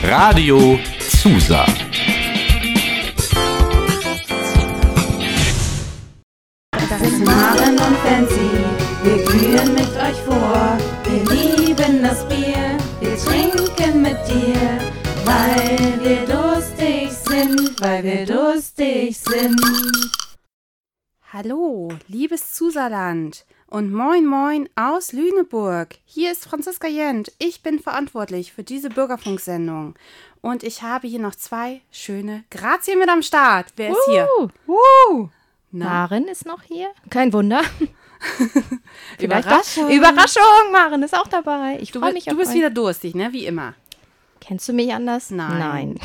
Radio Zusa. Das ist Maren und Fancy, wir glühen mit euch vor. Wir lieben das Bier, wir trinken mit dir, weil wir durstig sind, Hallo, liebes Zusaland und moin moin aus Lüneburg. Hier ist Franziska Jent. Ich bin verantwortlich für diese Bürgerfunksendung. Und ich habe hier noch zwei schöne Grazien mit am Start. Wer ist hier? Na? Maren ist noch hier. Kein Wunder. Überraschung. Überraschung, Maren ist auch dabei. Ich freue mich auf Du bist euch. wieder durstig, ne? Wie immer. Kennst du mich anders? Nein.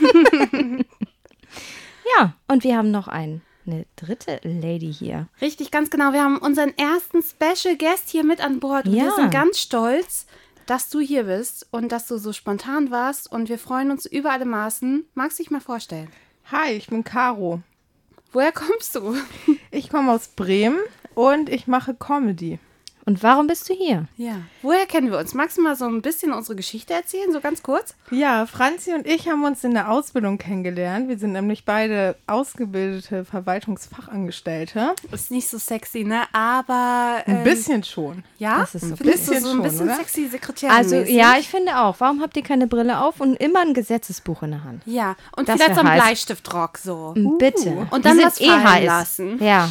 Ja, und wir haben noch eine dritte Lady hier. Richtig, ganz genau. Wir haben unseren ersten Special Guest hier mit an Bord. Und Ja. wir sind ganz stolz, dass du hier bist und dass du so spontan warst. Und wir freuen uns über alle Maßen. Magst du dich mal vorstellen? Hi, ich bin Caro. Woher kommst du? Ich komme aus Bremen und ich mache Comedy. Und warum bist du hier? Ja. Woher kennen wir uns? Magst du mal so ein bisschen unsere Geschichte erzählen, so ganz kurz? Ja, Franzi und ich haben uns in der Ausbildung kennengelernt. Wir sind nämlich beide ausgebildete Verwaltungsfachangestellte. Ist nicht so sexy, ne? Aber Ein bisschen schon. ja, Das ist so findest du bisschen so ein schon, bisschen oder? sexy Sekretärin. Also, ja, ich finde auch. Warum habt ihr keine Brille auf und immer ein Gesetzesbuch in der Hand? Ja, und Das vielleicht so wär ein heiß. Bleistiftrock so. Bitte. Und dann Die was sind fallen heiß. lassen. Ja.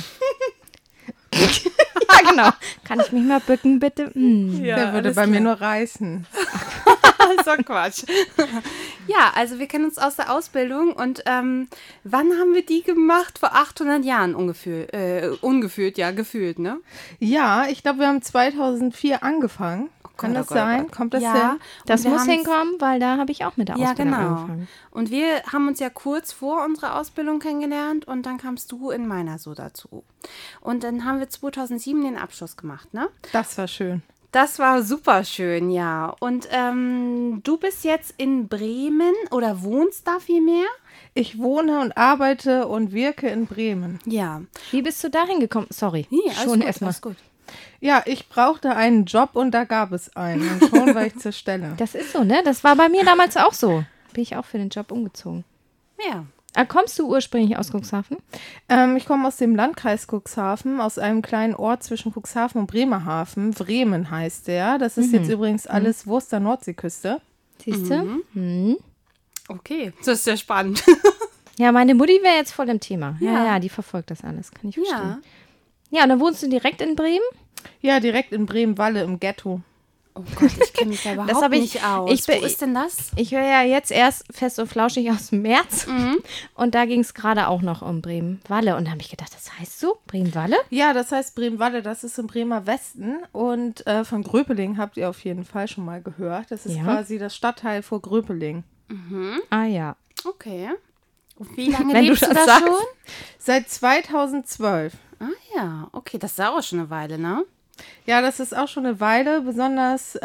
Ja, genau. Kann ich mich mal bücken, bitte? Der würde bei mir nur reißen. So Quatsch. Ja, also wir kennen uns aus der Ausbildung und wann haben wir die gemacht? Vor 800 Jahren ungefähr. Ungefühlt, ja, gefühlt, ne? Ja, ich glaube, wir haben 2004 angefangen. Kann Gott, das oh Gott, oh sein? Gott. Kommt das Ja. hin? Das Und wir muss haben's- hinkommen, weil da habe ich auch mit der Ja, Ausbildung genau. angefangen. Und wir haben uns ja kurz vor unserer Ausbildung kennengelernt und dann kamst du in meiner so dazu. Und dann haben wir 2007 den Abschluss gemacht, ne? Das war schön. Das war super schön, ja. Und du bist jetzt in Bremen oder wohnst da vielmehr? Ich wohne und arbeite und wirke in Bremen. Ja. Wie bist du dahin gekommen? Sorry, Nee, alles schon gut, erstmal. alles gut. Ja, ich brauchte einen Job und da gab es einen. Und schon war ich zur Stelle. Das ist so, ne? Das war bei mir damals auch so. Bin ich auch für den Job umgezogen. Ja. Kommst du ursprünglich aus Cuxhaven? Ich komme aus dem Landkreis Cuxhaven, aus einem kleinen Ort zwischen Cuxhaven und Bremerhaven. Bremen heißt der. Das ist jetzt übrigens alles Wurster Nordseeküste. Siehst du? Okay, das ist ja spannend. Ja, meine Mutti wäre jetzt voll im Thema. Ja. Ja, die verfolgt das alles. Kann ich Ja. verstehen. Ja, und dann wohnst du direkt in Bremen? Ja, direkt in Bremen-Walle im Ghetto. Oh Gott, ich kenne mich da überhaupt hab ich- nicht aus. ich bin- Wo ist denn das? Ich höre ja jetzt erst Fest und Flauschig aus dem März. Und da ging es gerade auch noch um Bremen-Walle. Und da habe ich gedacht, das heißt so? Bremen-Walle? Ja, das heißt Bremen-Walle, das ist im Bremer Westen. Und von Gröpeling habt ihr auf jeden Fall schon mal gehört. Das ist Ja. quasi das Stadtteil vor Gröpeling. Ah ja. Okay. Und wie lange Wenn du lebst du das da sagst. schon? Seit 2012. Ah ja, okay, das ist auch schon eine Weile, ne? Ja, das ist auch schon eine Weile, besonders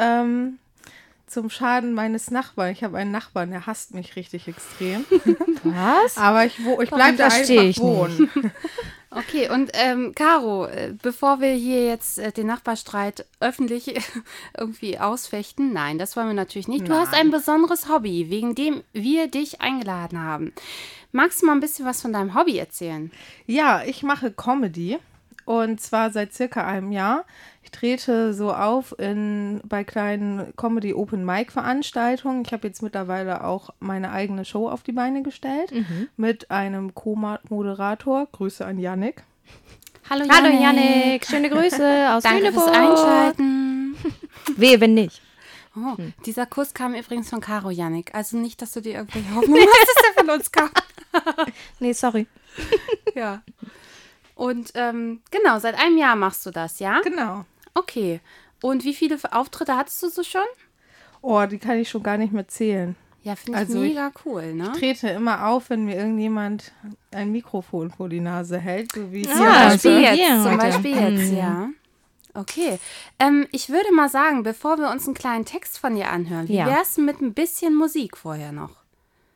zum Schaden meines Nachbarn. Ich habe einen Nachbarn, der hasst mich richtig extrem. Was? Aber ich bleibe da verstehe einfach ich wohnen. Okay, und Caro, bevor wir hier jetzt den Nachbarstreit öffentlich irgendwie ausfechten, nein, das wollen wir natürlich nicht. Du hast ein besonderes Hobby, wegen dem wir dich eingeladen haben. Magst du mal ein bisschen was von deinem Hobby erzählen? Ja, ich mache Comedy und zwar seit circa einem Jahr. Ich trete so auf bei kleinen Comedy-Open-Mic-Veranstaltungen. Ich habe jetzt mittlerweile auch meine eigene Show auf die Beine gestellt mit einem Co-Moderator. Grüße an Yannick. Hallo Hallo Yannick, schöne Grüße aus Danke fürs Lüneburg. Einschalten. Wehe, wenn nicht. Oh, dieser Kuss kam übrigens von Caro, Yannick. Also nicht, dass du dir irgendwelche Hoffnung hast, dass der von uns kam. Nee, sorry. Ja. Und genau, seit einem Jahr machst du das, ja? Genau. Okay. Und wie viele Auftritte hattest du so schon? Oh, die kann ich schon gar nicht mehr zählen. Ja, finde ich Also mega cool, ne? Ich trete immer auf, wenn mir irgendjemand ein Mikrofon vor die Nase hält, so wie es Zum hier Beispiel heute. jetzt, hier zum heute. Beispiel jetzt, ja. Okay. Ich würde mal sagen, bevor wir uns einen kleinen Text von dir anhören, wie Ja. wär's denn mit ein bisschen Musik vorher noch?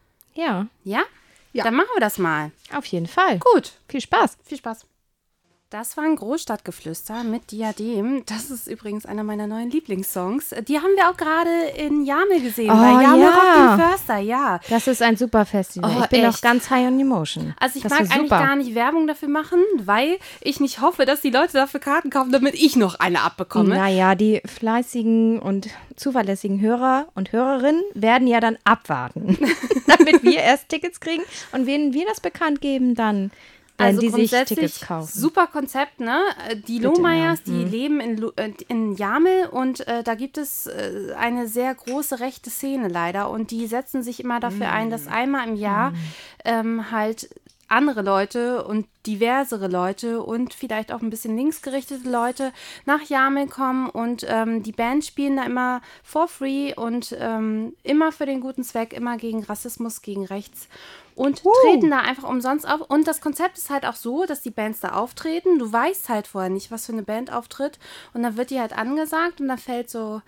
Ja, Ja? Ja. Dann machen wir das mal. auf jeden Fall. Gut. Viel Spaß. Viel Spaß. Das war ein Großstadtgeflüster mit Diadem. Das ist übrigens einer meiner neuen Lieblingssongs. Die haben wir auch gerade in Jamel gesehen, bei Jamel Rock den Förster, ja. Das ist ein super Festival. Ich bin auch ganz high on emotion. Also ich mag eigentlich gar nicht Werbung dafür machen, weil ich nicht hoffe, dass die Leute dafür Karten kaufen, damit ich noch eine abbekomme. Naja, die fleißigen und zuverlässigen Hörer und Hörerinnen werden ja dann abwarten, damit wir erst Tickets kriegen. Und wenn wir das bekannt geben, dann werden die sich Tickets kaufen. Super Konzept, ne? Die Lohmeyers, die leben in Jamel und da gibt es eine sehr große rechte Szene leider und die setzen sich immer dafür ein, dass einmal im Jahr halt andere Leute und diversere Leute und vielleicht auch ein bisschen linksgerichtete Leute nach Jamel kommen und die Bands spielen da immer for free und immer für den guten Zweck, immer gegen Rassismus, gegen rechts und treten da einfach umsonst auf. Und das Konzept ist halt auch so, dass die Bands da auftreten. Du weißt halt vorher nicht, was für eine Band auftritt und dann wird die halt angesagt und dann fällt so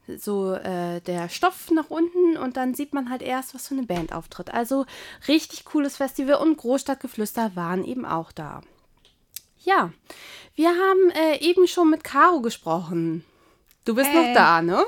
der Stoff nach unten und dann sieht man halt erst, was für eine Band auftritt. Also richtig cooles Festival und Großstadtgeflüster waren eben auch da. Ja, wir haben eben schon mit Caro gesprochen. Du bist noch da, ne?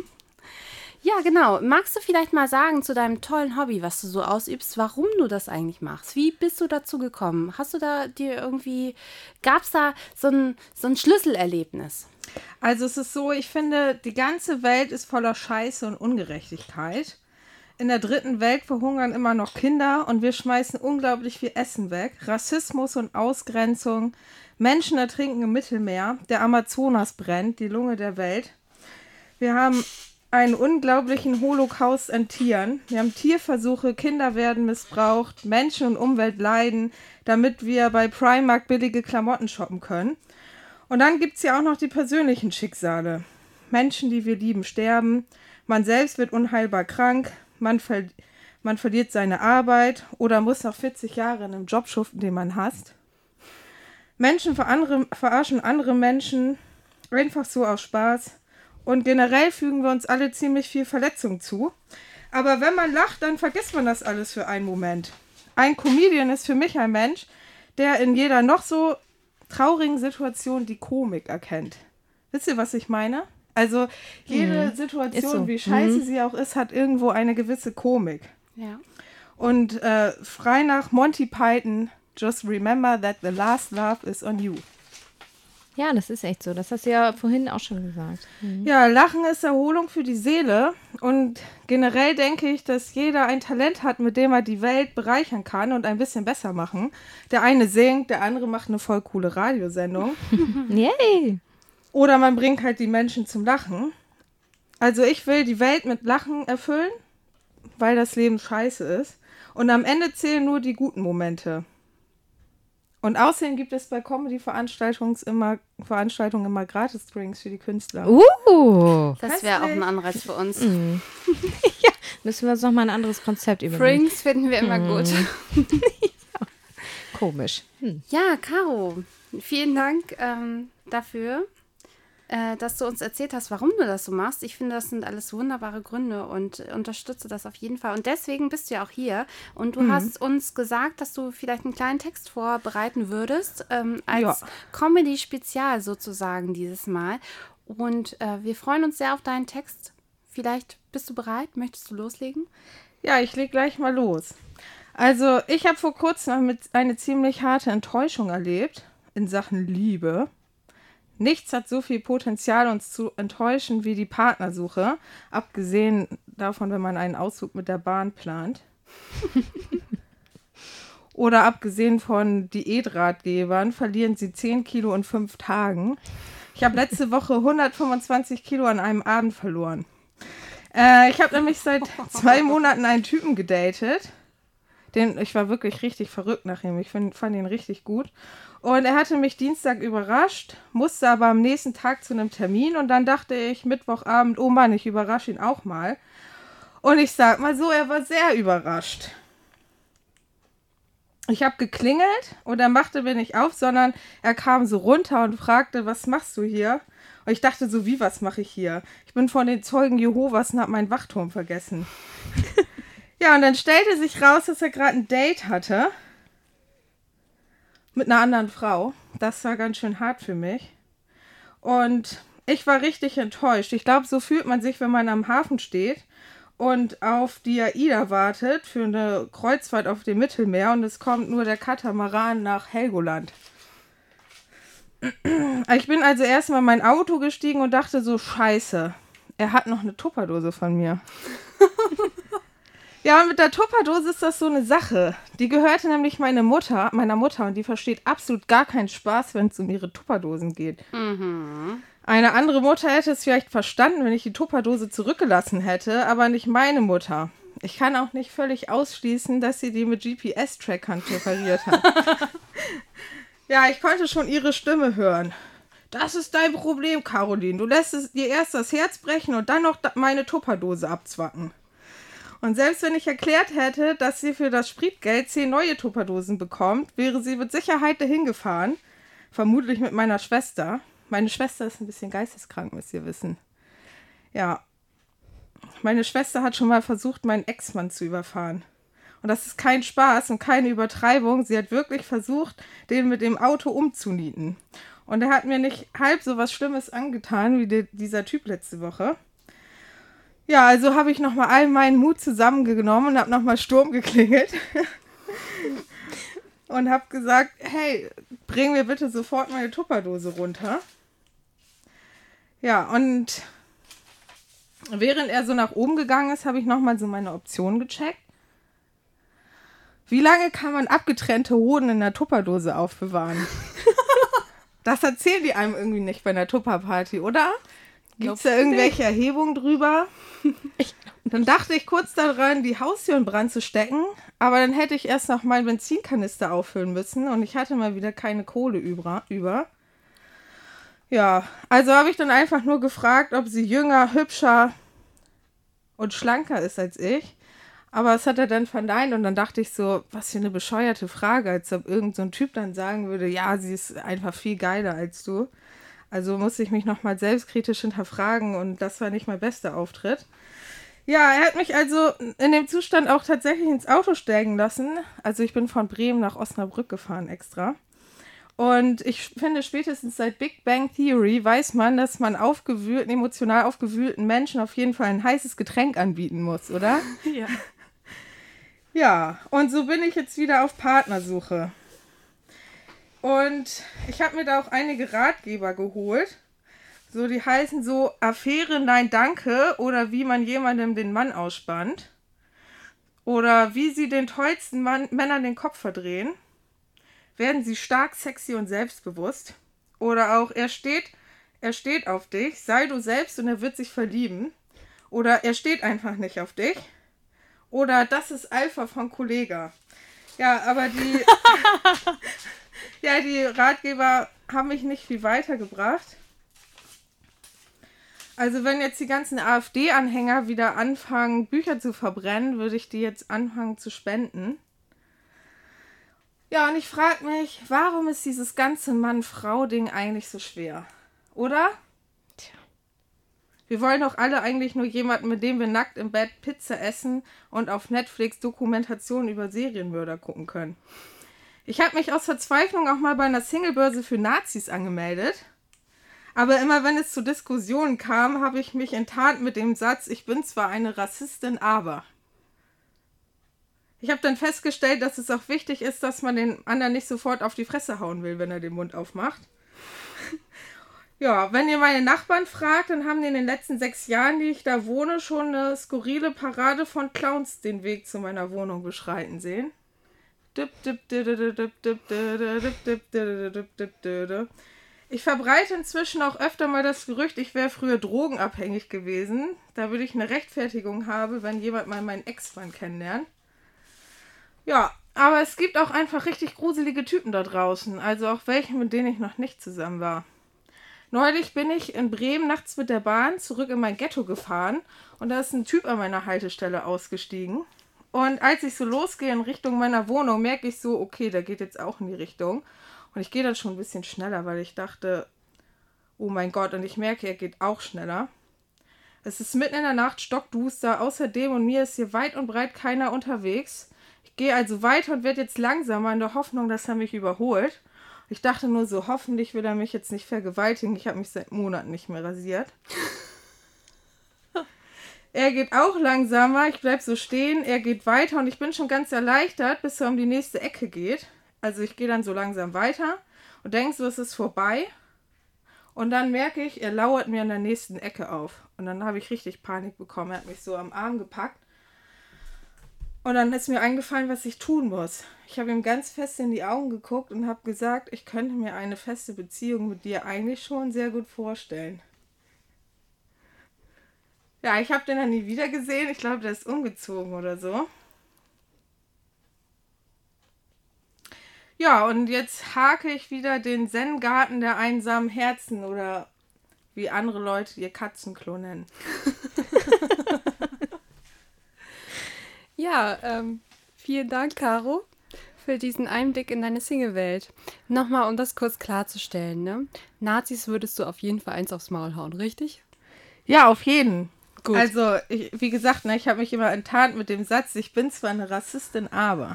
Ja, genau. Magst du vielleicht mal sagen zu deinem tollen Hobby, was du so ausübst, warum du das eigentlich machst? Wie bist du dazu gekommen? Hast du da dir irgendwie, gab es da so ein Schlüsselerlebnis? Also es ist so, ich finde, die ganze Welt ist voller Scheiße und Ungerechtigkeit. In der dritten Welt verhungern immer noch Kinder und wir schmeißen unglaublich viel Essen weg. Rassismus und Ausgrenzung. Menschen ertrinken im Mittelmeer. Der Amazonas brennt, die Lunge der Welt. Wir haben einen unglaublichen Holocaust an Tieren. Wir haben Tierversuche, Kinder werden missbraucht, Menschen und Umwelt leiden, damit wir bei Primark billige Klamotten shoppen können. Und dann gibt es ja auch noch die persönlichen Schicksale. Menschen, die wir lieben, sterben. Man selbst wird unheilbar krank. Man verliert seine Arbeit oder muss nach 40 Jahren in einem Job schuften, den man hasst. Menschen verarschen andere Menschen einfach so aus Spaß. Und generell fügen wir uns alle ziemlich viel Verletzung zu. Aber wenn man lacht, dann vergisst man das alles für einen Moment. Ein Comedian ist für mich ein Mensch, der in jeder noch so traurigen Situation die Komik erkennt. Wisst ihr, was ich meine? Also jede Situation, wie scheiße sie auch ist, hat irgendwo eine gewisse Komik. Ja. Und frei nach Monty Python, just remember that the last laugh is on you. Ja, das ist echt so. Das hast du ja vorhin auch schon gesagt. Ja, Lachen ist Erholung für die Seele. Und generell denke ich, dass jeder ein Talent hat, mit dem er die Welt bereichern kann und ein bisschen besser machen. Der eine singt, der andere macht eine voll coole Radiosendung. Yay! Oder man bringt halt die Menschen zum Lachen. Also ich will die Welt mit Lachen erfüllen, weil das Leben scheiße ist. Und am Ende zählen nur die guten Momente. Und außerdem gibt es bei Comedy-Veranstaltungen immer Gratis-Drinks für die Künstler. Das wäre auch ein Anreiz für uns. Ja, müssen wir uns noch mal ein anderes Konzept überlegen. Drinks finden wir immer gut. Ja. Komisch. Ja, Caro, vielen Dank dafür, dass du uns erzählt hast, warum du das so machst. Ich finde, das sind alles wunderbare Gründe und unterstütze das auf jeden Fall. Und deswegen bist du ja auch hier. Und du hast uns gesagt, dass du vielleicht einen kleinen Text vorbereiten würdest, als Comedy-Spezial sozusagen dieses Mal. Und wir freuen uns sehr auf deinen Text. Vielleicht bist du bereit? Möchtest du loslegen? Ja, ich leg gleich mal los. Also, ich habe vor kurzem eine ziemlich harte Enttäuschung erlebt in Sachen Liebe. Nichts hat so viel Potenzial, uns zu enttäuschen wie die Partnersuche. Abgesehen davon, wenn man einen Ausflug mit der Bahn plant. Oder abgesehen von Diätratgebern verlieren sie 10 Kilo in 5 Tagen. Ich habe letzte Woche 125 Kilo an einem Abend verloren. Ich habe nämlich seit 2 Monaten einen Typen gedatet. Ich war wirklich richtig verrückt nach ihm. Ich fand ihn richtig gut. Und er hatte mich Dienstag überrascht, musste aber am nächsten Tag zu einem Termin. Und dann dachte ich Mittwochabend, oh Mann, ich überrasche ihn auch mal. Und ich sag mal so, er war sehr überrascht. Ich habe geklingelt und er machte mir nicht auf, sondern er kam so runter und fragte, was machst du hier? Und ich dachte so, wie, was mache ich hier? Ich bin von den Zeugen Jehovas und habe meinen Wachturm vergessen. Ja, und dann stellte sich raus, dass er gerade ein Date hatte mit einer anderen Frau. Das war ganz schön hart für mich. Und ich war richtig enttäuscht. Ich glaube, so fühlt man sich, wenn man am Hafen steht und auf die AIDA wartet für eine Kreuzfahrt auf dem Mittelmeer und es kommt nur der Katamaran nach Helgoland. Ich bin also erstmal in mein Auto gestiegen und dachte so, scheiße, er hat noch eine Tupperdose von mir. Ja, und mit der Tupperdose ist das so eine Sache. Die gehörte nämlich meiner Mutter und die versteht absolut gar keinen Spaß, wenn es um ihre Tupperdosen geht. Mhm. Eine andere Mutter hätte es vielleicht verstanden, wenn ich die Tupperdose zurückgelassen hätte, aber nicht meine Mutter. Ich kann auch nicht völlig ausschließen, dass sie die mit GPS-Trackern präpariert hat. Ja, ich konnte schon ihre Stimme hören. Das ist dein Problem, Caroline. Du lässt dir erst das Herz brechen und dann noch meine Tupperdose abzwacken. Und selbst wenn ich erklärt hätte, dass sie für das Spritgeld 10 neue Tupperdosen bekommt, wäre sie mit Sicherheit dahin gefahren. Vermutlich mit meiner Schwester. Meine Schwester ist ein bisschen geisteskrank, müsst ihr wissen. Ja, meine Schwester hat schon mal versucht, meinen Ex-Mann zu überfahren. Und das ist kein Spaß und keine Übertreibung. Sie hat wirklich versucht, den mit dem Auto umzunieten. Und er hat mir nicht halb so was Schlimmes angetan wie dieser Typ letzte Woche. Ja, also habe ich nochmal all meinen Mut zusammengenommen und habe nochmal Sturm geklingelt. Und habe gesagt, hey, bring mir bitte sofort meine Tupperdose runter. Ja, und während er so nach oben gegangen ist, habe ich nochmal so meine Optionen gecheckt. Wie lange kann man abgetrennte Hoden in der Tupperdose aufbewahren? Das erzählen die einem irgendwie nicht bei einer Tupperparty, oder? Gibt es da irgendwelche Erhebungen drüber? Dann dachte ich kurz daran, die Haustür in Brand zu stecken, aber dann hätte ich erst noch meinen Benzinkanister auffüllen müssen und ich hatte mal wieder keine Kohle über. Ja, also habe ich dann einfach nur gefragt, ob sie jünger, hübscher und schlanker ist als ich. Aber das hat er dann verneint und dann dachte ich so, was für eine bescheuerte Frage, als ob irgend so ein Typ dann sagen würde, ja, sie ist einfach viel geiler als du. Also musste ich mich nochmal selbstkritisch hinterfragen und das war nicht mein bester Auftritt. Ja, er hat mich also in dem Zustand auch tatsächlich ins Auto steigen lassen. Also ich bin von Bremen nach Osnabrück gefahren extra. Und ich finde, spätestens seit Big Bang Theory weiß man, dass man emotional aufgewühlten Menschen auf jeden Fall ein heißes Getränk anbieten muss, oder? Ja. Ja, und so bin ich jetzt wieder auf Partnersuche. Und ich habe mir da auch einige Ratgeber geholt. So, die heißen so Affäre, nein, danke. Oder wie man jemandem den Mann ausspannt. Oder wie sie den tollsten Männern den Kopf verdrehen. Werden sie stark, sexy und selbstbewusst. Oder auch, er steht auf dich, sei du selbst und er wird sich verlieben. Oder er steht einfach nicht auf dich. Oder das ist Alpha von Kollega. Ja, aber die Ratgeber haben mich nicht viel weitergebracht. Also wenn jetzt die ganzen AfD-Anhänger wieder anfangen, Bücher zu verbrennen, würde ich die jetzt anfangen zu spenden. Ja, und ich frage mich, warum ist dieses ganze Mann-Frau-Ding eigentlich so schwer? Oder? Tja. Wir wollen doch alle eigentlich nur jemanden, mit dem wir nackt im Bett Pizza essen und auf Netflix Dokumentationen über Serienmörder gucken können. Ich habe mich aus Verzweiflung auch mal bei einer Singlebörse für Nazis angemeldet. Aber immer wenn es zu Diskussionen kam, habe ich mich enttarnt mit dem Satz, ich bin zwar eine Rassistin, aber... Ich habe dann festgestellt, dass es auch wichtig ist, dass man den anderen nicht sofort auf die Fresse hauen will, wenn er den Mund aufmacht. Ja, wenn ihr meine Nachbarn fragt, dann haben die in den letzten 6 Jahren, die ich da wohne, schon eine skurrile Parade von Clowns den Weg zu meiner Wohnung beschreiten sehen. Ich verbreite inzwischen auch öfter mal das Gerücht, ich wäre früher drogenabhängig gewesen. Da würde ich eine Rechtfertigung haben, wenn jemand mal meinen Ex-Mann kennenlernt. Ja, aber es gibt auch einfach richtig gruselige Typen da draußen. Also auch welche, mit denen ich noch nicht zusammen war. Neulich bin ich in Bremen nachts mit der Bahn zurück in mein Ghetto gefahren und da ist ein Typ an meiner Haltestelle ausgestiegen. Und als ich so losgehe in Richtung meiner Wohnung, merke ich so, okay, der geht jetzt auch in die Richtung. Und ich gehe dann schon ein bisschen schneller, weil ich dachte, oh mein Gott, und ich merke, er geht auch schneller. Es ist mitten in der Nacht stockduster, außerdem und mir ist hier weit und breit keiner unterwegs. Ich gehe also weiter und werde jetzt langsamer in der Hoffnung, dass er mich überholt. Ich dachte nur so, hoffentlich will er mich jetzt nicht vergewaltigen. Ich habe mich seit Monaten nicht mehr rasiert. Er geht auch langsamer, ich bleib so stehen, er geht weiter und ich bin schon ganz erleichtert, bis er um die nächste Ecke geht. Also ich gehe dann so langsam weiter und denke so, es ist vorbei. Und dann merke ich, er lauert mir an der nächsten Ecke auf. Und dann habe ich richtig Panik bekommen. Er hat mich so am Arm gepackt. Und dann ist mir eingefallen, was ich tun muss. Ich habe ihm ganz fest in die Augen geguckt und habe gesagt, ich könnte mir eine feste Beziehung mit dir eigentlich schon sehr gut vorstellen. Ja, ich habe den dann nie wieder gesehen. Ich glaube, der ist umgezogen oder so. Ja, und jetzt hake ich wieder den Zen-Garten der einsamen Herzen oder wie andere Leute ihr Katzenklo nennen. Ja, vielen Dank, Caro, für diesen Einblick in deine Single-Welt. Nochmal, um das kurz klarzustellen, ne? Nazis würdest du auf jeden Fall eins aufs Maul hauen, richtig? Ja, auf jeden. Gut. Also, wie gesagt, ne, ich habe mich immer enttarnt mit dem Satz, ich bin zwar eine Rassistin, aber...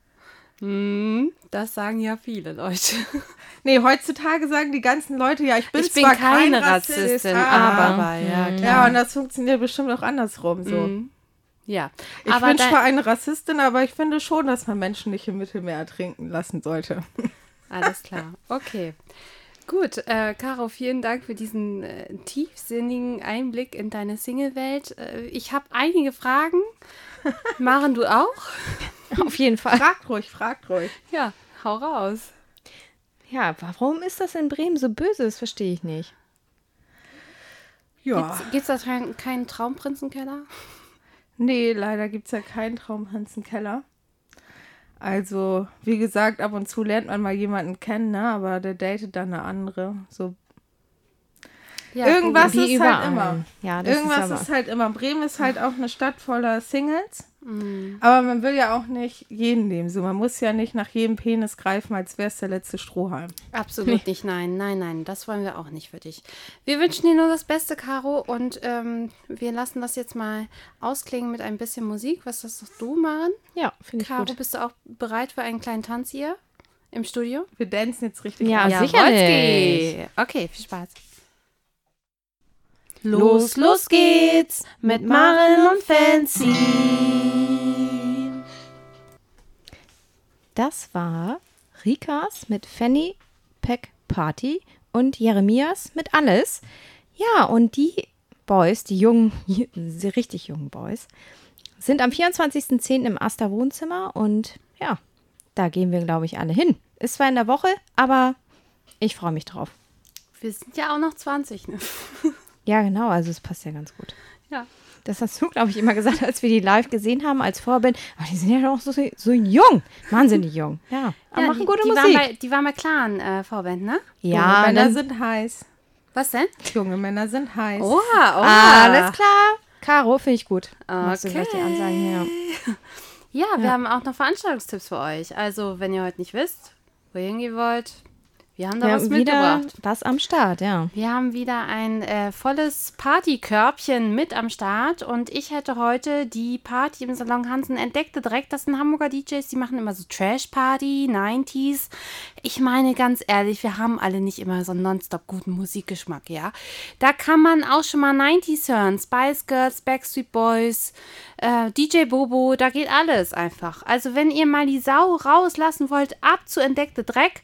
Das sagen ja viele Leute. Nee, heutzutage sagen die ganzen Leute, ja, ich bin zwar keine Rassistin, aber ja, klar. Ja, und das funktioniert bestimmt auch andersrum so. Ja. Ich bin zwar eine Rassistin, aber ich finde schon, dass man Menschen nicht im Mittelmeer ertrinken lassen sollte. Alles klar, okay. Gut, Caro, vielen Dank für diesen tiefsinnigen Einblick in deine Single-Welt. Ich habe einige Fragen. Maren, du auch? Auf jeden Fall. Fragt ruhig. Ja, hau raus. Ja, warum ist das in Bremen so böse? Das verstehe ich nicht. Ja. Gibt's da keinen Traumprinzenkeller? Nee, leider gibt es ja keinen Traumprinzenkeller. Also, wie gesagt, ab und zu lernt man mal jemanden kennen, ne? Aber der datet dann eine andere. So. Ja, irgendwas wie ist überall. halt immer. Ja, das Irgendwas ist ist halt immer. Bremen ist halt auch eine Stadt voller Singles. Aber man will ja auch nicht jeden nehmen. So, man muss ja nicht nach jedem Penis greifen, als wäre es der letzte Strohhalm. Absolut nicht, nein, das wollen wir auch nicht für dich. Wir wünschen dir nur das Beste, Caro, und wir lassen das jetzt mal ausklingen mit ein bisschen Musik. Was hast du, Maren? Ja, finde ich Caro, gut. bist du auch bereit für einen kleinen Tanz hier im Studio? Wir dancen jetzt richtig. Ja, Ja, sicherlich. Wolski. Okay, viel Spaß. Los geht's mit Maren und Fancy. Das war Rikas mit Fanny Pack Party und Jeremias mit Alles. Ja, und die Boys, die jungen, die richtig jungen Boys, sind am 24.10. im Aster Wohnzimmer und ja, da gehen wir, glaube ich, alle hin. Ist zwar in der Woche, aber ich freue mich drauf. Wir sind ja auch noch 20, ne? Ja, genau, also es passt ja ganz gut. Ja. Das hast du, glaube ich, immer gesagt, als wir die live gesehen haben als Vorbild. Aber die sind ja noch so jung. Wahnsinnig jung. Ja, aber Ja, machen gute die Musik. Die waren bei Clan Vorband, ne? Ja, Junge Männer dann, sind heiß. Was denn? Junge Männer sind heiß. Oha. alles klar. Caro, finde ich gut. Machst du Okay. gleich die Ansagen her. Ja, wir haben auch noch Veranstaltungstipps für euch. Also, wenn ihr heute nicht wisst, wohin ihr wollt, wir haben da Wir was haben wieder mitgebracht. was am Start, ja. Wir haben wieder ein volles Partykörbchen mit am Start und ich hätte heute die Party im Salon Hansen entdeckte direkt. Das sind Hamburger DJs, die machen immer so Trash-Party, 90s. Ich meine ganz ehrlich, wir haben alle nicht immer so einen nonstop guten Musikgeschmack, ja. Da kann man auch schon mal 90s hören, Spice Girls, Backstreet Boys, DJ Bobo, da geht alles einfach. Also wenn ihr mal die Sau rauslassen wollt, ab zu entdeckte Dreck,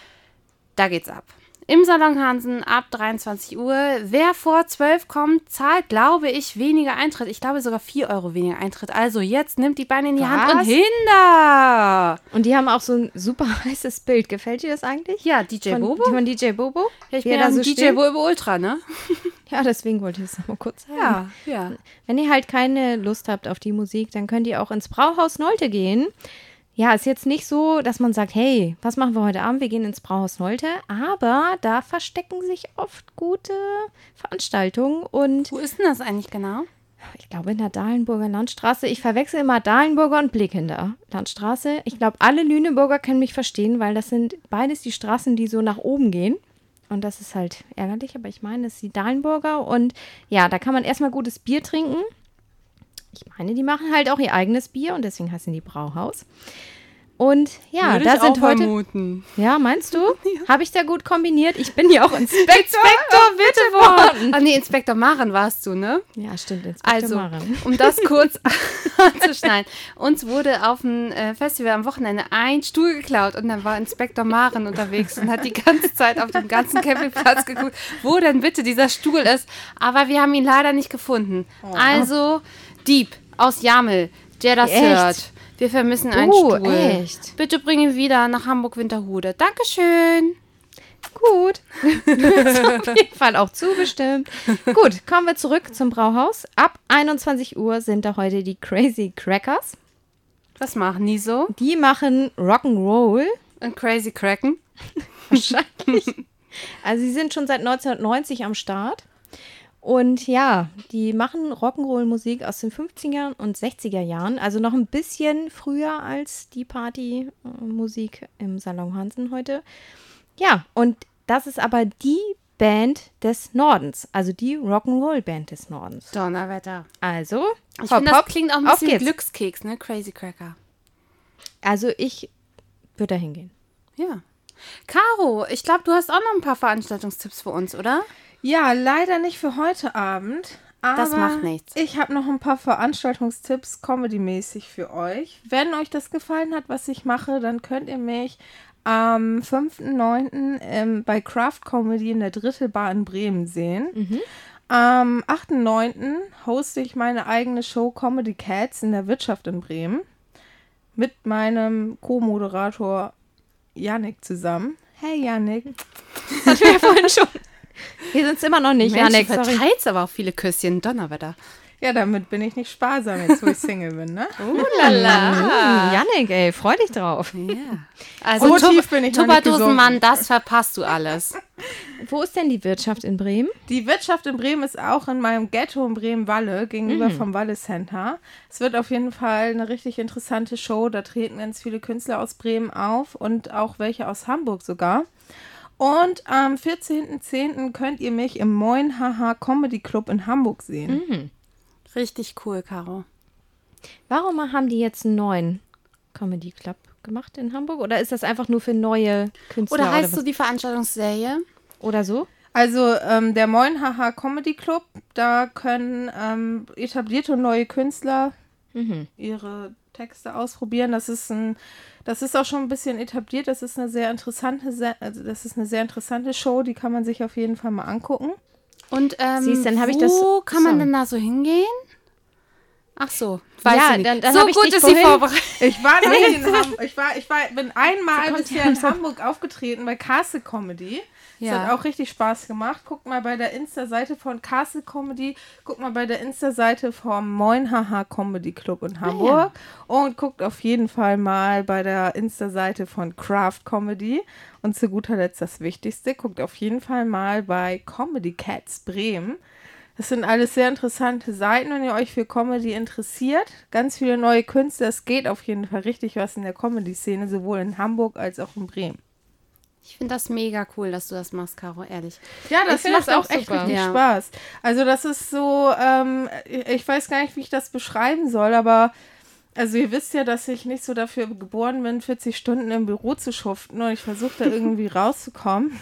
da geht's ab. Im Salon Hansen ab 23 Uhr. Wer vor 12 kommt, zahlt, glaube ich, weniger Eintritt. Ich glaube sogar 4 Euro weniger Eintritt. Also jetzt nimmt die Beine in die Hand und Was? hinder! Und die haben auch so ein super heißes Bild. Gefällt dir das eigentlich? Ja, DJ Bobo. Von DJ Bobo? Ja, ich Wie bin er ja da so DJ steht? Bobo Ultra, ne? Ja, deswegen wollte ich es noch mal kurz sagen. Ja. Wenn ihr halt keine Lust habt auf die Musik, dann könnt ihr auch ins Brauhaus Nolte gehen. Ja, ist jetzt nicht so, dass man sagt, hey, was machen wir heute Abend? Wir gehen ins Brauhaus Nolte. Aber da verstecken sich oft gute Veranstaltungen. Und Wo ist denn das eigentlich genau? ich glaube in der Dahlenburger Landstraße. Ich verwechsel immer Dahlenburger und Blickhinder Landstraße. Ich glaube, alle Lüneburger können mich verstehen, weil das sind beides die Straßen, die so nach oben gehen. Und das ist halt ärgerlich, aber ich meine, das ist die Dahlenburger. Und ja, da kann man erstmal gutes Bier trinken. Ich meine, die machen halt auch ihr eigenes Bier und deswegen heißen die Brauhaus. Und ja, Würde da ich sind auch heute. vermuten. Ja, meinst du? Habe ich da gut kombiniert? Ich bin ja auch Inspektor geworden. Ah nee, Inspektor Maren warst du, ne? Ja, stimmt, Inspektor Also, Maren. um das kurz anzuschneiden. Uns wurde auf dem Festival am Wochenende ein Stuhl geklaut und dann war Inspektor Maren unterwegs und hat die ganze Zeit auf dem ganzen Campingplatz geguckt, wo denn bitte dieser Stuhl ist. Aber wir haben ihn leider nicht gefunden. Also, Dieb aus Jamel, der das Echt? hört. Wir vermissen einen Stuhl. Echt? Bitte bring ihn wieder nach Hamburg-Winterhude. Dankeschön. Gut. Das ist auf jeden Fall auch zubestimmt. Gut, kommen wir zurück zum Brauhaus. Ab 21 Uhr sind da heute die Crazy Crackers. Was machen die so? Die machen Rock'n'Roll. Und Crazy Cracken? Wahrscheinlich. Also sie sind schon seit 1990 am Start. Und ja, die machen Rock'n'Roll-Musik aus den 50er und 60er Jahren. Also noch ein bisschen früher als die Party-Musik im Salon Hansen heute. Ja, und das ist aber die Band des Nordens. Also die Rock'n'Roll-Band des Nordens. Donnerwetter. Also, Ich finde, das klingt auch ein auf bisschen geht's. Glückskeks, ne? Crazy Cracker. Also ich würde da hingehen. Ja. Caro, ich glaube, du hast auch noch ein paar Veranstaltungstipps für uns, oder? Ja, leider nicht für heute Abend. Aber Das macht nichts. Ich habe noch ein paar Veranstaltungstipps comedy-mäßig für euch. Wenn euch das gefallen hat, was ich mache, dann könnt ihr mich am 5.9. Bei Craft Comedy in der Dritte Bar in Bremen sehen. Am 8.9. hoste ich meine eigene Show Comedy Cats in der Wirtschaft in Bremen mit meinem Co-Moderator Yannick zusammen. Hey Yannick. Das hatten wir ja vorhin schon. Wir sind es immer noch nicht, Mensch, Janik. du Sorry. verteilst aber auch viele Küsschen. Donnerwetter. Ja, damit bin ich nicht sparsam, jetzt wo ich Single bin, ne? Janik, ey, freu dich drauf. Ja. Also, So tief bin ich noch nicht Tupperdosenmann, das verpasst du alles. Wo ist denn die Wirtschaft in Bremen? Die Wirtschaft in Bremen ist auch in meinem Ghetto in Bremen-Walle, gegenüber vom Walle Center. Es wird auf jeden Fall eine richtig interessante Show. Da treten ganz viele Künstler aus Bremen auf und auch welche aus Hamburg sogar. Und am 14.10. könnt ihr mich im Moin Haha Comedy Club in Hamburg sehen. Richtig cool, Caro. Warum haben die jetzt einen neuen Comedy Club gemacht in Hamburg? Oder ist das einfach nur für neue Künstler? Oder heißt was? so die Veranstaltungsserie? Oder so? Also der Moin Haha Comedy Club, da können etablierte und neue Künstler ihre Texte ausprobieren. Das ist auch schon ein bisschen etabliert. Das ist eine sehr interessante Show, die kann man sich auf jeden Fall mal angucken. Und Siehst, dann hab ich wo das- kann man so. denn da so hingehen? Ach so, weiß Ja, ich nicht. dann so hab ich gut dich ist sie vorhin- vorbereitet. Ich war noch nie in Hamburg. Bin einmal bisher in Hamburg aufgetreten bei Castle Comedy. Das Ja. hat auch richtig Spaß gemacht. Guckt mal bei der Insta-Seite von Castle Comedy, guckt mal bei der Insta-Seite vom Moin Haha Comedy Club in Hamburg und guckt auf jeden Fall mal bei der Insta-Seite von Craft Comedy. Und zu guter Letzt das Wichtigste, guckt auf jeden Fall mal bei Comedy Cats Bremen. Das sind alles sehr interessante Seiten, wenn ihr euch für Comedy interessiert. Ganz viele neue Künstler. Es geht auf jeden Fall richtig was in der Comedy-Szene, sowohl in Hamburg als auch in Bremen. Ich finde das mega cool, dass du das machst, Caro, ehrlich. Ja, das finde macht das auch auch echt super. richtig Ja. Spaß. Also das ist so, ich weiß gar nicht, wie ich das beschreiben soll, aber also ihr wisst ja, dass ich nicht so dafür geboren bin, 40 Stunden im Büro zu schuften und ich versuche da irgendwie rauszukommen.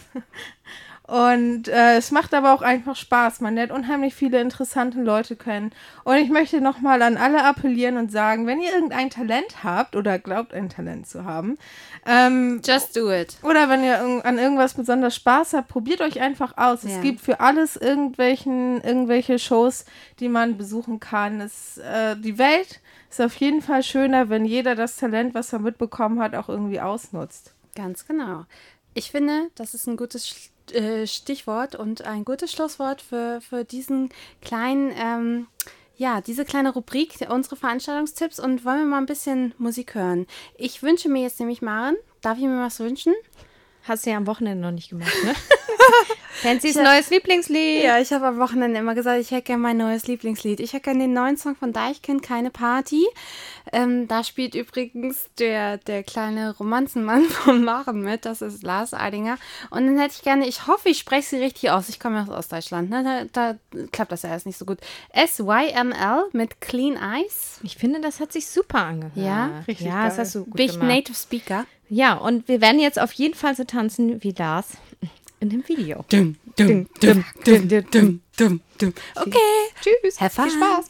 Und es macht aber auch einfach Spaß. Man lernt unheimlich viele interessante Leute kennen. Und ich möchte nochmal an alle appellieren und sagen, wenn ihr irgendein Talent habt oder glaubt, ein Talent zu haben, Just do it. oder wenn ihr an irgendwas besonders Spaß habt, probiert euch einfach aus. Ja. Es gibt für alles irgendwelche Shows, die man besuchen kann. Die Welt ist auf jeden Fall schöner, wenn jeder das Talent, was er mitbekommen hat, auch irgendwie ausnutzt. Ganz genau. Ich finde, das ist ein gutes Stichwort und ein gutes Schlusswort für diesen kleinen, diese kleine Rubrik, unsere Veranstaltungstipps. Und wollen wir mal ein bisschen Musik hören? Ich wünsche mir jetzt nämlich, Maren, darf ich mir was wünschen? Hast du ja am Wochenende noch nicht gemacht, ne? Fancy's neues Lieblingslied. Ja, ich habe am Wochenende immer gesagt, ich hätte gerne mein neues Lieblingslied. Ich hätte gerne den neuen Song von Deichkind, Keine Party. Da spielt übrigens der kleine Romanzenmann von Maren mit, das ist Lars Eidinger. Und dann hätte ich gerne, ich hoffe, ich spreche sie richtig aus. Ich komme ja aus Ostdeutschland, ne? Da klappt das ja erst nicht so gut. SYML mit Clean Eyes. Ich finde, das hat sich super angehört. Ja, richtig ja, geil. das hast du gut Bin ich gemacht. Native Speaker? Ja, und wir werden jetzt auf jeden Fall so tanzen wie Lars in dem Video. Dum, dum, dum, dum, dum, dum, dum. Okay. Tschüss. Have fun. Viel Spaß.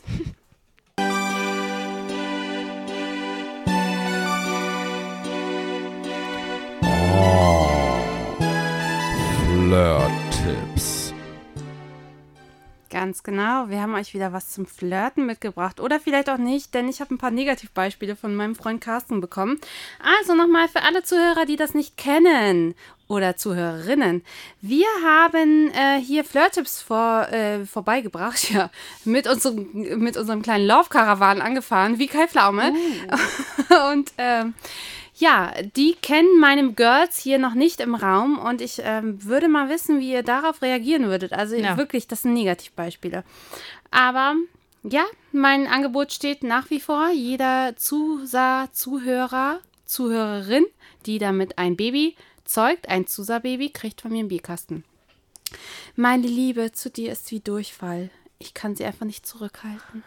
Flirt-Tipps. Ganz genau, wir haben euch wieder was zum Flirten mitgebracht. Oder vielleicht auch nicht, denn ich habe ein paar Negativbeispiele von meinem Freund Carsten bekommen. Also nochmal für alle Zuhörer, die das nicht kennen oder Zuhörerinnen. Wir haben hier Flirt-Tipps vorbeigebracht, ja, mit unserem kleinen Laufkarawan angefahren, wie Kai Pflaume. Und ja, die kennen meine Girls hier noch nicht im Raum und ich würde mal wissen, wie ihr darauf reagieren würdet. Also wirklich, das sind Negativbeispiele. Aber ja, mein Angebot steht nach wie vor. Jeder Zuhörer, Zuhörerin, die damit ein Baby zeugt, ein Zusa-Baby, kriegt von mir einen Bierkasten. Meine Liebe zu dir ist wie Durchfall. Ich kann sie einfach nicht zurückhalten.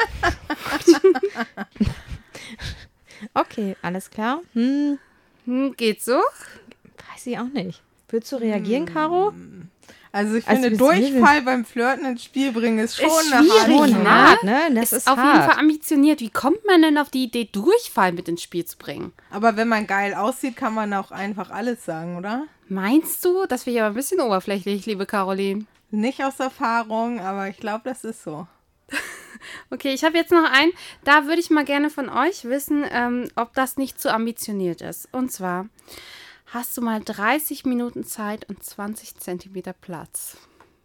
Okay, alles klar. Geht so? Weiß ich auch nicht. Würdest du reagieren, Caro? Also ich Also finde, das Durchfall beim Flirten ins Spiel bringen ist schon Ist eine schwierig, harte ne? Hart, ne? Das ist auf hart. jeden Fall ambitioniert. Wie kommt man denn auf die Idee, Durchfall mit ins Spiel zu bringen? Aber wenn man geil aussieht, kann man auch einfach alles sagen, oder? Meinst du? Das wäre ja ein bisschen oberflächlich, liebe Caroline. Nicht aus Erfahrung, aber ich glaube, das ist so. Okay, ich habe jetzt noch einen. Da würde ich mal gerne von euch wissen, ob das nicht zu ambitioniert ist. Und zwar, hast du mal 30 Minuten Zeit und 20 Zentimeter Platz?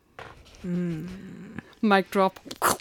Mic drop.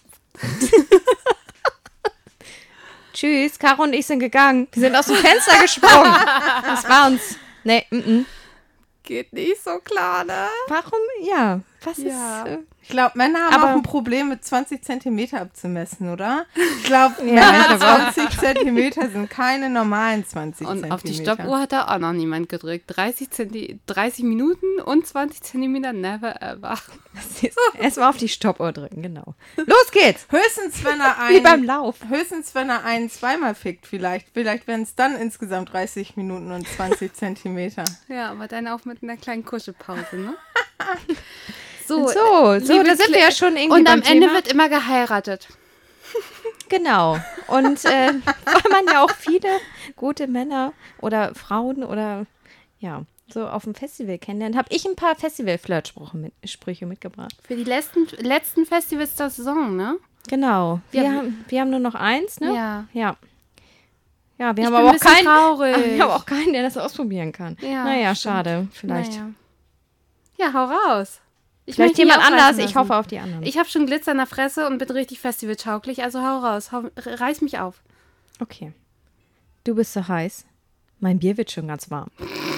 Tschüss, Caro und ich sind gegangen. Wir sind aus dem Fenster gesprungen. Das war uns. Nee, Geht nicht so klar, ne? Warum? Ja. Was Ja. ist... Ich glaube, Männer haben Aber- auch ein Problem mit 20 Zentimeter abzumessen, oder? Ich glaube, Ja, Männer ich hab 20 Zentimeter sind keine normalen 20 Und Zentimeter. auf die Stoppuhr hat da auch noch niemand gedrückt. 30 Minuten und 20 Zentimeter, never ever. Erstmal auf die Stoppuhr drücken, genau. Los geht's! Höchstens, wenn er Wie beim Lauf. Höchstens, wenn er einen zweimal fickt, vielleicht. Vielleicht wären es dann insgesamt 30 Minuten und 20 Zentimeter. Ja, aber dann auch mit einer kleinen Kuschelpause, ne? So, So, liebe da sind wir ja schon irgendwie Und am beim Ende Thema. wird immer geheiratet. Genau. Und weil man ja auch viele gute Männer oder Frauen oder ja, so auf dem Festival kennenlernt, habe ich ein paar Festival-Flirtsprüche mitgebracht. Für die letzten Festivals der Saison, ne? Genau. Ja, Wir haben nur noch eins, ne? Ja. Ja. Ja, wir Ich haben bin aber ein auch bisschen keinen. traurig. Wir haben auch keinen, der das ausprobieren kann. Ja, naja, stimmt. schade. Vielleicht. Naja. Ja, hau raus. Ich Vielleicht möchte mich jemand auch anders. reißen Ich lassen. hoffe auf die anderen. Ich habe schon Glitzer in der Fresse und bin richtig festivaltauglich, also hau raus. Reiß mich auf. Okay. Du bist so heiß. Mein Bier wird schon ganz warm.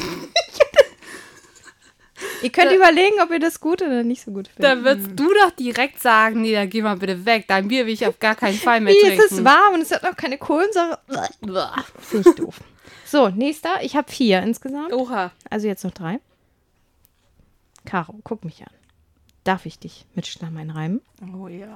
Ihr könnt überlegen, ob ihr das gut oder nicht so gut findet. Da würdest du doch direkt sagen, nee, dann geh mal bitte weg. Dein Bier will ich auf gar keinen Fall mehr Wie, trinken. es ist warm und es hat noch keine Kohlensäure. Finde ich doof. So, nächster. Ich habe 4 insgesamt. Oha. Also jetzt noch 3. Caro, guck mich an. Darf ich dich mit Schlamm einreiben? Oh ja.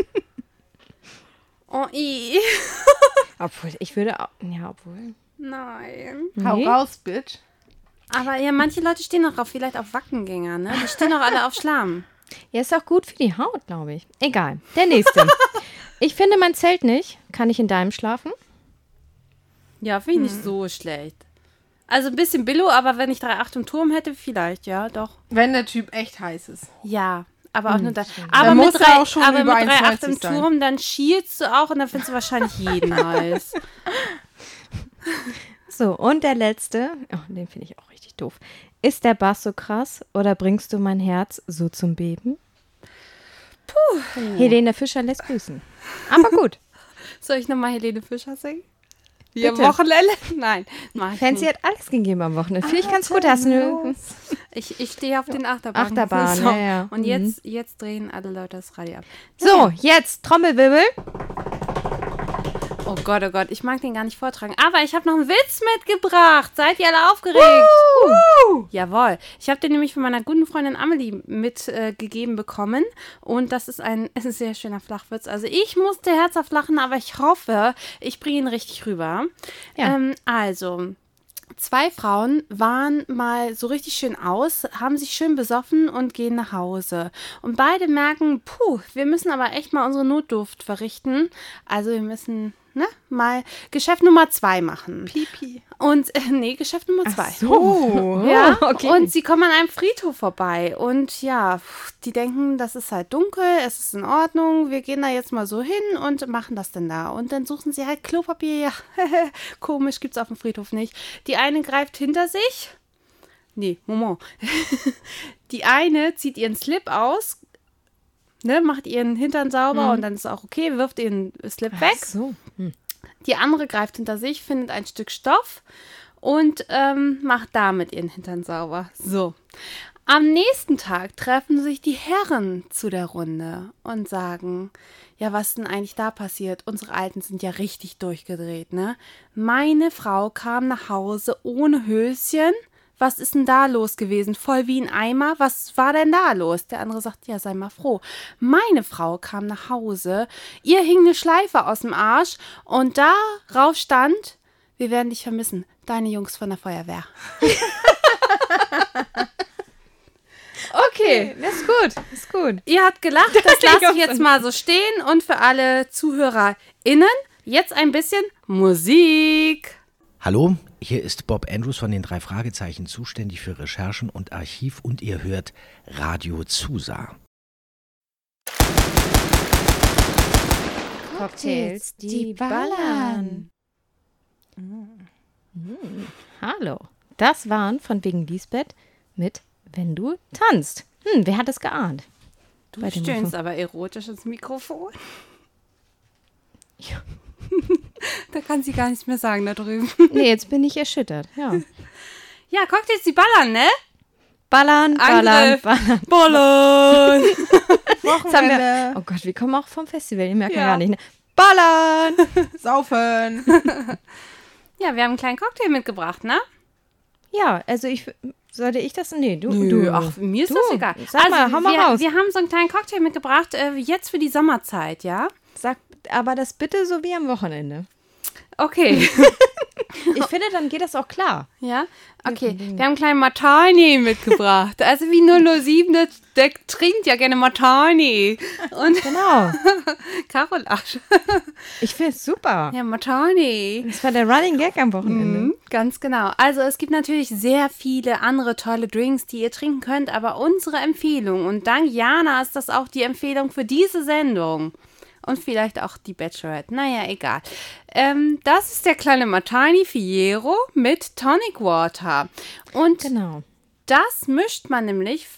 Oh, i. Obwohl, ich würde auch... Ja, obwohl... Nein. Hau Nee. raus, Bitch. Aber ja, manche Leute stehen auch vielleicht auf Wackengänger, ne? Die stehen auch alle auf Schlamm. Ja, ist auch gut für die Haut, glaube ich. Egal. Der nächste. Ich finde mein Zelt nicht. Kann ich in deinem schlafen? Ja, finde ich nicht so schlecht. Also ein bisschen Billo, aber wenn ich 3,8 im Turm hätte, vielleicht, ja, doch. Wenn der Typ echt heiß ist. Ja, aber auch nur da. Dann Aber mit muss er 3,8 auch schon über 1,90 im sein. Turm, dann schielst du auch und dann findest du wahrscheinlich jeden heiß. So, und der letzte. Oh, den finde ich auch richtig doof. Ist der Bass so krass oder bringst du mein Herz so zum Beben? Helene Fischer lässt grüßen. Aber gut. Soll ich nochmal Helene Fischer singen? Ja, Wochenende? Nein, mach ich Fancy nicht. hat alles gegeben am Wochenende. Finde ich ganz gut. Hast du Ich stehe auf den Achterbahn. Achterbahn, so. ja. Und jetzt drehen alle Leute das Radio ab. So, jetzt Trommelwirbel. Oh Gott, ich mag den gar nicht vortragen. Aber ich habe noch einen Witz mitgebracht. Seid ihr alle aufgeregt? Jawohl. Ich habe den nämlich von meiner guten Freundin Amelie mitgegeben bekommen. Und das ist ein sehr schöner Flachwitz. Also ich musste herzhaft lachen, aber ich hoffe, ich bringe ihn richtig rüber. Ja. Also, 2 Frauen waren mal so richtig schön aus, haben sich schön besoffen und gehen nach Hause. Und beide merken, wir müssen aber echt mal unsere Notdurft verrichten. Also wir müssen mal Geschäft Nummer 2 machen. Pipi. Und, Geschäft Nummer 2. Ach so. Ja, okay. und sie kommen an einem Friedhof vorbei und ja, die denken, das ist halt dunkel, es ist in Ordnung, wir gehen da jetzt mal so hin und machen das denn da. Und dann suchen sie halt Klopapier, ja, komisch, gibt's auf dem Friedhof nicht. Die eine greift hinter sich, Moment. Die eine zieht ihren Slip aus, macht ihren Hintern sauber und dann ist auch okay, wirft ihren Slip weg. Ach so. Die andere greift hinter sich, findet ein Stück Stoff und macht damit ihren Hintern sauber. So. Am nächsten Tag treffen sich die Herren zu der Runde und sagen, ja, was denn eigentlich da passiert? Unsere Alten sind ja richtig durchgedreht, ne? Meine Frau kam nach Hause ohne Höschen. Was ist denn da los gewesen? Voll wie ein Eimer. Was war denn da los? Der andere sagt, ja, sei mal froh. Meine Frau kam nach Hause, ihr hing eine Schleife aus dem Arsch und darauf stand, wir werden dich vermissen, deine Jungs von der Feuerwehr. Okay, das ist gut. Ihr habt gelacht, das lasse ich jetzt mal so stehen und für alle ZuhörerInnen jetzt ein bisschen Musik. Hallo, hier ist Bob Andrews von den 3 Fragezeichen, zuständig für Recherchen und Archiv und ihr hört Radio Zusa. Cocktails, die ballern. Hallo, das waren von wegen Lisbeth mit Wenn du tanzt. Wer hat es geahnt? Du stöhnst aber erotisch ins Mikrofon. Ja. Da kann sie gar nichts mehr sagen da drüben. Nee, jetzt bin ich erschüttert, ja. Ja, Cocktails, die ballern, ne? Ballern. Wochenende. Oh Gott, wir kommen auch vom Festival, ihr merkt ja gar nicht, ne? Ballern! Saufen. Ja, wir haben einen kleinen Cocktail mitgebracht, ne? Ja, also sollte ich das? Nee, du. Ach, mir ist das egal. Sag mal, hau mal raus. Wir haben so einen kleinen Cocktail mitgebracht, jetzt für die Sommerzeit, ja? Sag aber das bitte so wie am Wochenende. Okay. Ich finde, dann geht das auch klar. Ja? Okay. Wir haben einen kleinen Martini mitgebracht. Also wie 007, der trinkt ja gerne Martini. Und Genau. Caro lacht. Ich finde es super. Ja, Martini. Das war der Running Gag am Wochenende. Ganz genau. Also es gibt natürlich sehr viele andere tolle Drinks, die ihr trinken könnt, aber unsere Empfehlung, und dank Jana ist das auch die Empfehlung für diese Sendung. Und vielleicht auch die Bachelorette. Naja, egal. Das ist der kleine Martini Fiero mit Tonic Water. Und Genau. das mischt man nämlich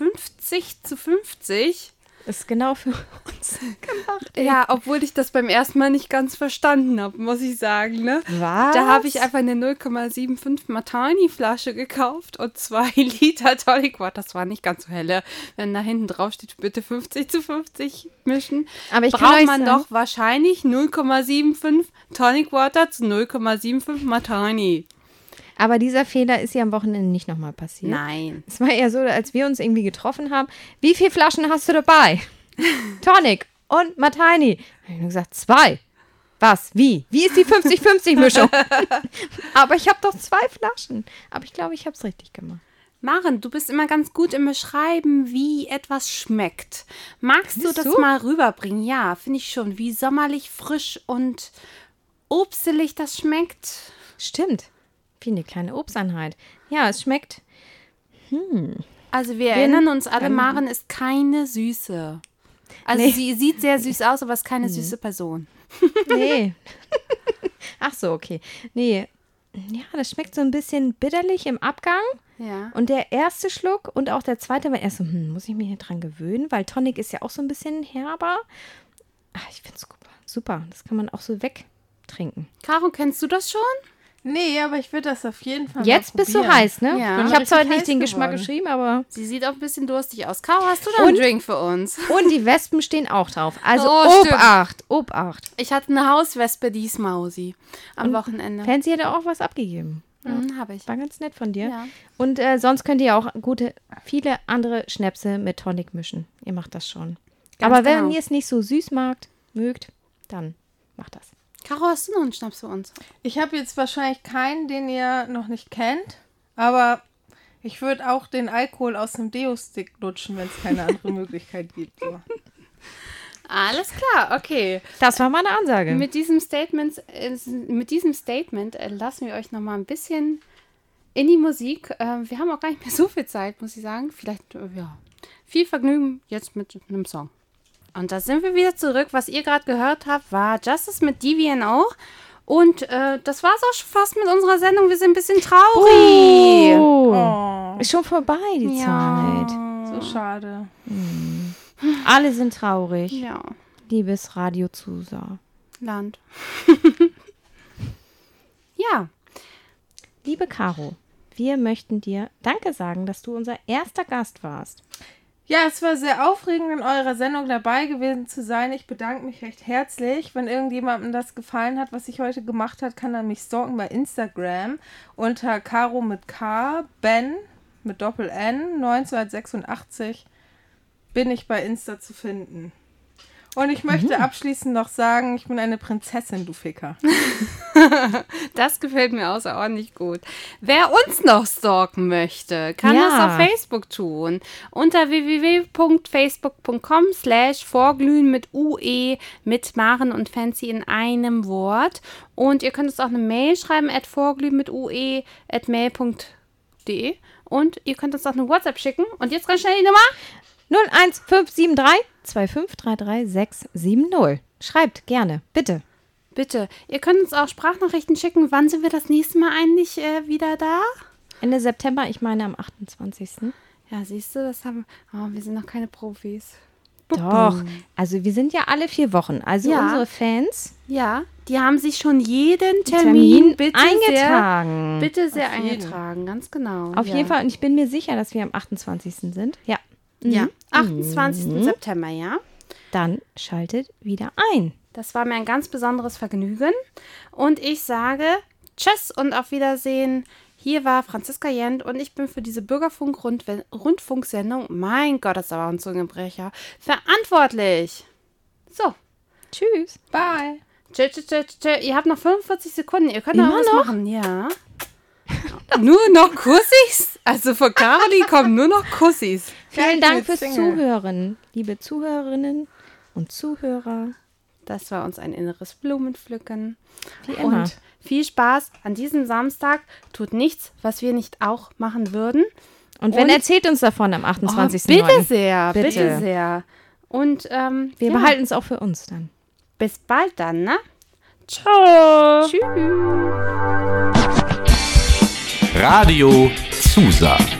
50:50. Ist genau für uns gemacht. Ja, obwohl ich das beim ersten Mal nicht ganz verstanden habe, muss ich sagen. Ne? Was? Da habe ich einfach eine 0,75 Martini-Flasche gekauft und 2 Liter Tonic Water. Das war nicht ganz so helle. Wenn da hinten drauf steht, bitte 50:50 mischen. Aber ich kann braucht euch man sagen, doch wahrscheinlich 0,75 Tonic Water zu 0,75 Martini. aber dieser Fehler ist ja am Wochenende nicht nochmal passiert. Nein. Es war eher so, als wir uns irgendwie getroffen haben. Wie viele Flaschen hast du dabei? Tonic und Martini. Habe ich nur gesagt, 2. Was? Wie? Wie ist die 50-50-Mischung? Aber ich habe doch 2 Flaschen. Aber ich glaube, ich habe es richtig gemacht. Maren, du bist immer ganz gut im Beschreiben, wie etwas schmeckt. Magst du Findest das du? mal rüberbringen? Ja, finde ich schon. Wie sommerlich frisch und obstelig das schmeckt. Stimmt. Wie eine kleine Obsteinheit. Ja, es schmeckt. Also wir erinnern uns alle, Maren ist keine Süße. Also Nee. sie sieht sehr süß aus, aber ist keine süße Person. Nee. Ach so, okay. Nee. Ja, das schmeckt so ein bisschen bitterlich im Abgang. Ja. Und der erste Schluck und auch der zweite war erst so, muss ich mich hier dran gewöhnen? Weil Tonic ist ja auch so ein bisschen herber. Ach, ich finde es super. Das kann man auch so wegtrinken. trinken. Caro, kennst du das schon? Nee, aber ich würde das auf jeden Fall Jetzt bist du heiß, ne? Ja. Ich habe zwar nicht den Geschmack geschrieben, aber... Sie sieht auch ein bisschen durstig aus. Caro, hast du da einen Drink für uns? Und die Wespen stehen auch drauf. Also Obacht. Ich hatte eine Hauswespe, die ist Mausi. Am Wochenende. Fancy hat auch was abgegeben. Habe ich. War ganz nett von dir. Ja. Und sonst könnt ihr auch viele andere Schnäpse mit Tonic mischen. Ihr macht das schon. Ganz aber wenn genau. ihr es nicht so süß mögt, dann macht das. Caro, hast du noch einen Schnaps für uns? Ich habe jetzt wahrscheinlich keinen, den ihr noch nicht kennt, aber ich würde auch den Alkohol aus dem Deo-Stick lutschen, wenn es keine andere Möglichkeit gibt. So. Alles klar, okay. Das war meine Ansage. Mit diesem Statement lassen wir euch noch mal ein bisschen in die Musik. Wir haben auch gar nicht mehr so viel Zeit, muss ich sagen. Vielleicht, viel Vergnügen jetzt mit einem Song. Und da sind wir wieder zurück. Was ihr gerade gehört habt, war Justice mit DVNO. Und das war es auch schon fast mit unserer Sendung. Wir sind ein bisschen traurig. Oh, Ist schon vorbei, die Zeit. so schade. Alle sind traurig. Ja, Liebes Radio Zusa. Land. Ja, Liebe Caro, wir möchten dir Danke sagen, dass du unser erster Gast warst. Ja, es war sehr aufregend, in eurer Sendung dabei gewesen zu sein. Ich bedanke mich recht herzlich. Wenn irgendjemandem das gefallen hat, was ich heute gemacht habe, kann er mich stalken bei Instagram unter Caro mit K, Ben mit Doppel-N, 1986 bin ich bei Insta zu finden. Und ich möchte abschließend noch sagen, ich bin eine Prinzessin, du Ficker. das gefällt mir außerordentlich gut. Wer uns noch stalken möchte, kann das auf Facebook tun. Unter www.facebook.com/vorglühen mit UE mit Maren und Fancy in einem Wort. Und ihr könnt uns auch eine Mail schreiben vorglühen mit UE@mail.de. Und ihr könnt uns auch eine WhatsApp schicken. Und jetzt ganz schnell die Nummer. 01573 2533670. Schreibt gerne, bitte. Bitte. Ihr könnt uns auch Sprachnachrichten schicken. Wann sind wir das nächste Mal eigentlich wieder da? Ende September, ich meine am 28. Ja, siehst du, wir sind noch keine Profis. Doch, also wir sind ja alle 4 Wochen. Also unsere Fans. Ja, die haben sich schon jeden Termin eingetragen. Bitte sehr eingetragen, ganz genau. Auf jeden Fall, und ich bin mir sicher, dass wir am 28. sind. Ja. Ja, 28. September, ja. Dann schaltet wieder ein. Das war mir ein ganz besonderes Vergnügen. Und ich sage Tschüss und auf Wiedersehen. Hier war Franziska Jent und ich bin für diese Bürgerfunk-Rundfunksendung, mein Gott, das war ein Zungenbrecher, verantwortlich. So. Tschüss. Bye. Ihr habt noch 45 Sekunden. Ihr könnt noch was machen. Ja. Nur noch Kussis? Also von Caroli kommen nur noch Kussis. Vielen Dank fürs Zuhören, liebe Zuhörerinnen und Zuhörer. Das war uns ein inneres Blumenpflücken. Wie immer. Und viel Spaß an diesem Samstag. Tut nichts, was wir nicht auch machen würden. Und erzählt uns davon am 28. Bitte sehr, bitte sehr. Und wir behalten es auch für uns dann. Bis bald dann, ne? Ciao. Tschüss. Radio Zusa.